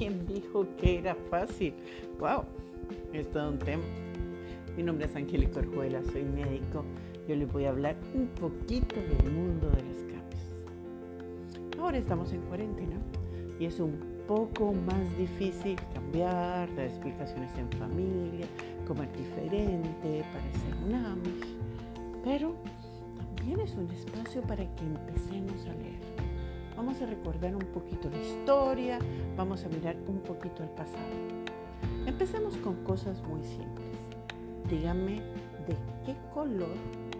¿Quién dijo que era fácil? ¡Wow! Es todo un tema. Mi nombre es Angélica Orjuela, soy médico. Yo les voy a hablar un poquito del mundo de los cambios. Ahora estamos en cuarentena y es un poco más difícil cambiar, dar explicaciones en familia, comer diferente, parecer un Amish. Pero también es un espacio para que empecemos a leer. Vamos a recordar un poquito la historia, vamos a mirar un poquito el pasado. Empecemos con cosas muy simples. Díganme de qué color,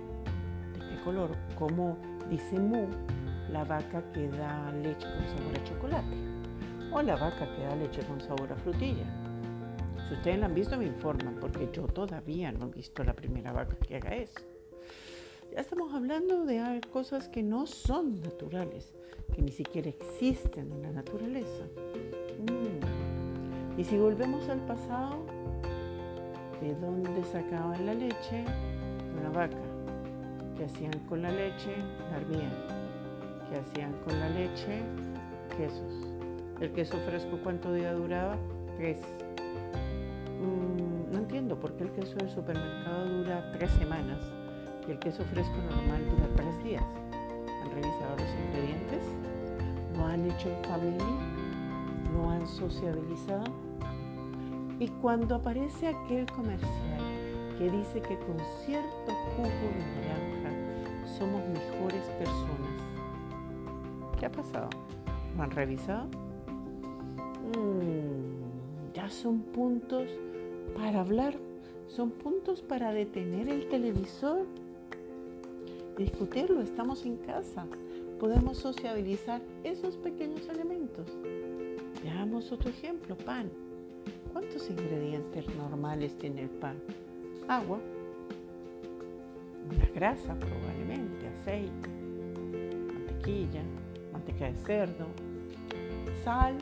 como dice Mu, la vaca que da leche con sabor a chocolate o la vaca que da leche con sabor a frutilla. Si ustedes la han visto me informan, porque yo todavía no he visto la primera vaca que haga eso. Ya estamos hablando de cosas que no son naturales, que ni siquiera existen en la naturaleza. Y si volvemos al pasado, ¿de dónde sacaban la leche? De una vaca. ¿Qué hacían con la leche? La hervían. ¿Qué hacían con la leche? Quesos. ¿El queso fresco cuánto día duraba? 3. No entiendo por qué el queso del supermercado dura 3 semanas y el queso fresco normal dura 3 días. ¿Han revisado los ingredientes? ¿No han hecho familia? ¿No han sociabilizado? Y cuando aparece aquel comercial que dice que con cierto jugo de naranja somos mejores personas, ¿qué ha pasado? ¿Lo han revisado? Ya son puntos para hablar, son puntos para detener el televisor y discutirlo. Estamos en casa, podemos sociabilizar esos pequeños elementos. Veamos otro ejemplo, pan. ¿Cuántos ingredientes normales tiene el pan? Agua, una grasa probablemente, aceite, mantequilla, manteca de cerdo, sal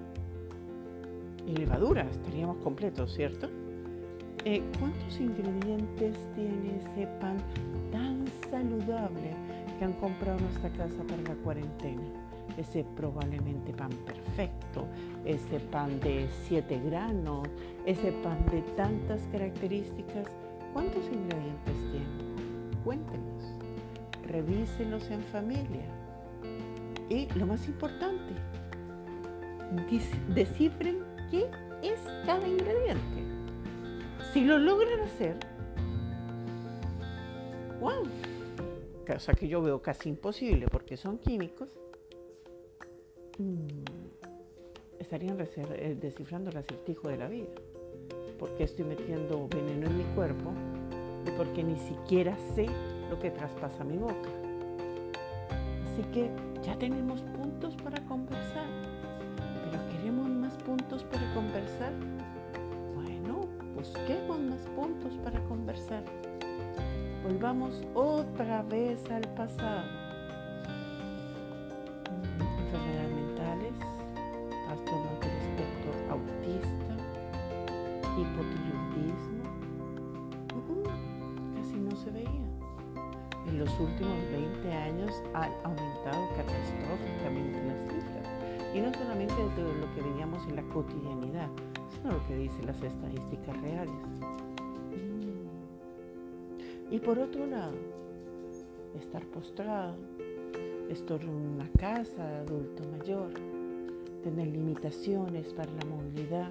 y levadura. Estaríamos completos, ¿cierto? ¿Cuántos ingredientes tiene ese pan tan saludable que han comprado en nuestra casa para la cuarentena? Ese probablemente pan perfecto, ese pan de 7 granos, ese pan de tantas características. ¿Cuántos ingredientes tiene? Cuéntenlos, revísenlos en familia. Y lo más importante, descifren qué es cada ingrediente. Si lo logran hacer, wow, cosa que yo veo casi imposible porque son químicos, estarían descifrando el acertijo de la vida. ¿Por qué estoy metiendo veneno en mi cuerpo? Y porque ni siquiera sé lo que traspasa mi boca. Así que ya tenemos puntos para conversar. ¿Pero queremos más puntos para conversar? Bueno, busquemos más puntos para conversar. Volvamos otra vez al pasado. Enfermedades mentales, trastornos del espectro autista, hipotiroidismo, casi no se veía. En los últimos 20 años han aumentado catastróficamente las cifras. Y no solamente de lo que veíamos en la cotidianidad, sino lo que dicen las estadísticas reales. Y por otro lado, estar postrado, estar en una casa de adulto mayor, tener limitaciones para la movilidad.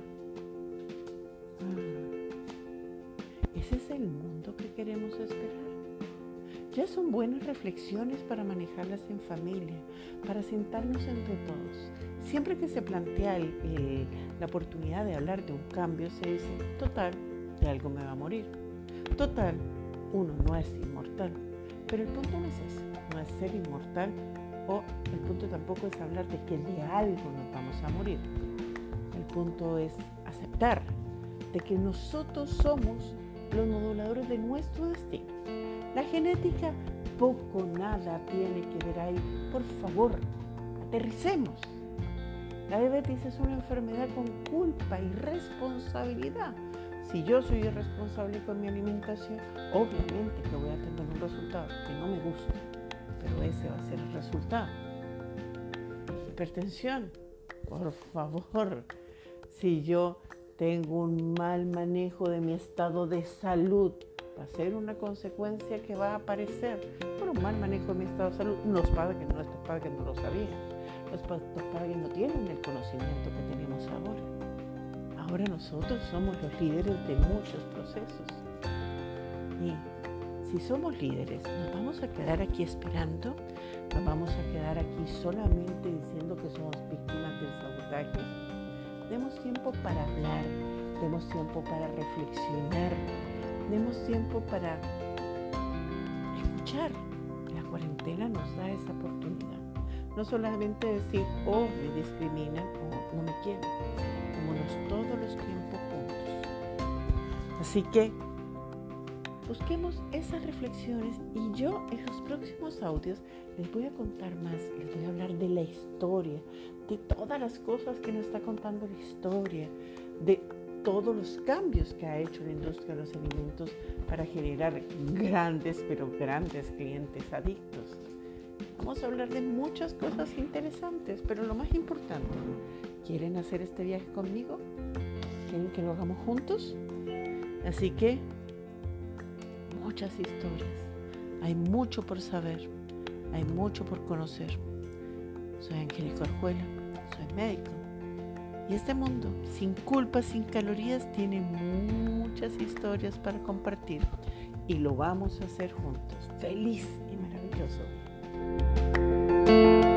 ¿Ese es el mundo que queremos esperar? Ya son buenas reflexiones para manejarlas en familia, para sentarnos entre todos. Siempre que se plantea la oportunidad de hablar de un cambio, se dice, total, de algo me va a morir. Total, uno no es inmortal. Pero el punto no es ese, no es ser inmortal, o el punto tampoco es hablar de que de algo nos vamos a morir. El punto es aceptar de que nosotros somos los moduladores de nuestro destino. La genética poco o nada tiene que ver ahí. Por favor, aterricemos. La diabetes es una enfermedad con culpa y responsabilidad. Si yo soy irresponsable con mi alimentación, obviamente que voy a tener un resultado que no me gusta, pero ese va a ser el resultado. Hipertensión, por favor, Si yo tengo un mal manejo de mi estado de salud, va a ser una consecuencia que va a aparecer por un mal manejo de mi estado de salud. Nuestros padres no lo sabían. Nuestros padres no tienen el conocimiento que tenemos ahora. Ahora nosotros somos los líderes de muchos procesos. Y si somos líderes, ¿nos vamos a quedar aquí esperando? ¿Nos vamos a quedar aquí solamente diciendo que somos víctimas del sabotaje? Demos tiempo para hablar, demos tiempo para reflexionar, demos tiempo para escuchar. La cuarentena nos da esa oportunidad. No solamente decir, oh, me discriminan o no me quieren. Tomémonos todos los tiempos juntos. Así que busquemos esas reflexiones y yo en los próximos audios les voy a contar más, les voy a hablar de la historia, de todas las cosas que nos está contando la historia, de todos los cambios que ha hecho la industria de los alimentos para generar grandes clientes adictos. Vamos a hablar de muchas cosas interesantes, pero lo más importante, ¿quieren hacer este viaje conmigo? ¿Quieren que lo hagamos juntos? Así que muchas historias, hay mucho por saber, hay mucho por conocer. Soy Angélica Orjuela, soy médico y este mundo sin culpa, sin calorías tiene muchas historias para compartir y lo vamos a hacer juntos, feliz y maravilloso.